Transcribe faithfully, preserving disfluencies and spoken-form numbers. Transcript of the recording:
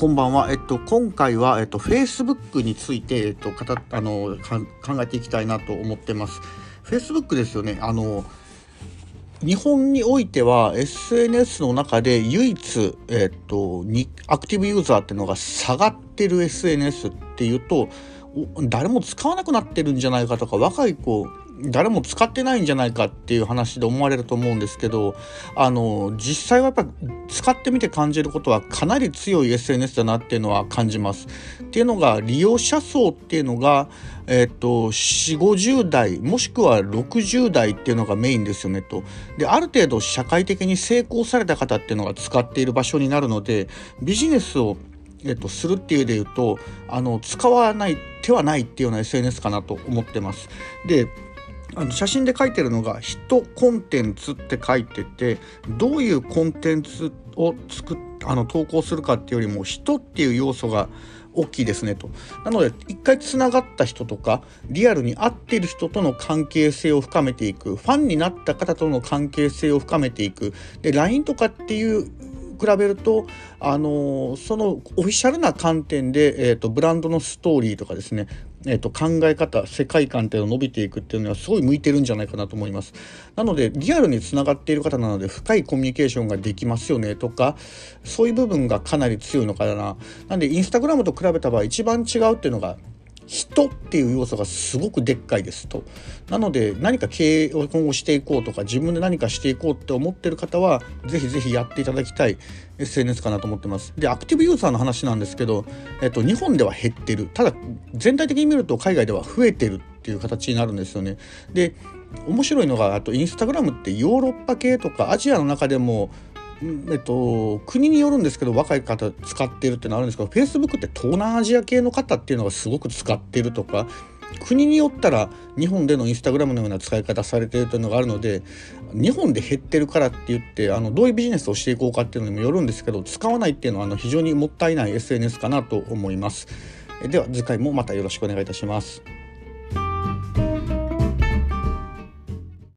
こんばんは。えっと、今回は、えっと、Facebook について、えっと、かたあのか考えていきたいなと思ってます。Facebook ですよね。あの日本においては エスエヌエス の中で唯一、えっと、にアクティブユーザーっていうのが下がってる エスエヌエス っていうと、誰も使わなくなってるんじゃないかとか、若い子誰も使ってないんじゃないかっていう話で思われると思うんですけど、あの実際はやっぱ使ってみて感じることはかなり強い エスエヌエス だなっていうのは感じます。っていうのが、利用者層っていうのが、えっと、よんじゅう、ごじゅう代もしくはろくじゅう代っていうのがメインですよねと。で、ある程度社会的に成功された方っていうのが使っている場所になるので、ビジネスをえっと、するっていう意味で言うと、あの使わない手はないっていうような エスエヌエス かなと思ってます。で、あの写真で書いてるのが人コンテンツって書いてて、どういうコンテンツを作っあの投稿するかっていうよりも人っていう要素が大きいですねと。なので一回つながった人とかリアルに会っている人との関係性を深めていく、ファンになった方との関係性を深めていく。で ライン とかっていう比べると、あのそのオフィシャルな観点で、えーと、ブランドのストーリーとかですね、えーと、考え方、世界観っていうのを伸びていくっていうのはすごい向いてるんじゃないかなと思います。なのでリアルにつながっている方なので深いコミュニケーションができますよねとか、そういう部分がかなり強いのかな。なんでインスタグラムと比べた場合一番違うっていうのが、人っていう要素がすごくでっかいですと。なので何か経営を今後していこうとか、自分で何かしていこうって思ってる方はぜひぜひやっていただきたい エスエヌエス かなと思ってます。で、アクティブユーザーの話なんですけど、えっと、日本では減ってる、ただ全体的に見ると海外では増えてるっていう形になるんですよね。で、面白いのが、あとインスタグラムってヨーロッパ系とかアジアの中でもえっと、国によるんですけど若い方使ってるってのあるんですけど、 Facebook って東南アジア系の方っていうのがすごく使ってるとか、国によったら日本でのインスタグラムのような使い方されているというのがあるので、日本で減ってるからって言ってあのどういうビジネスをしていこうかっていうのにもよるんですけど、使わないっていうのはあの非常にもったいない エスエヌエス かなと思います。では次回もまたよろしくお願いいたします。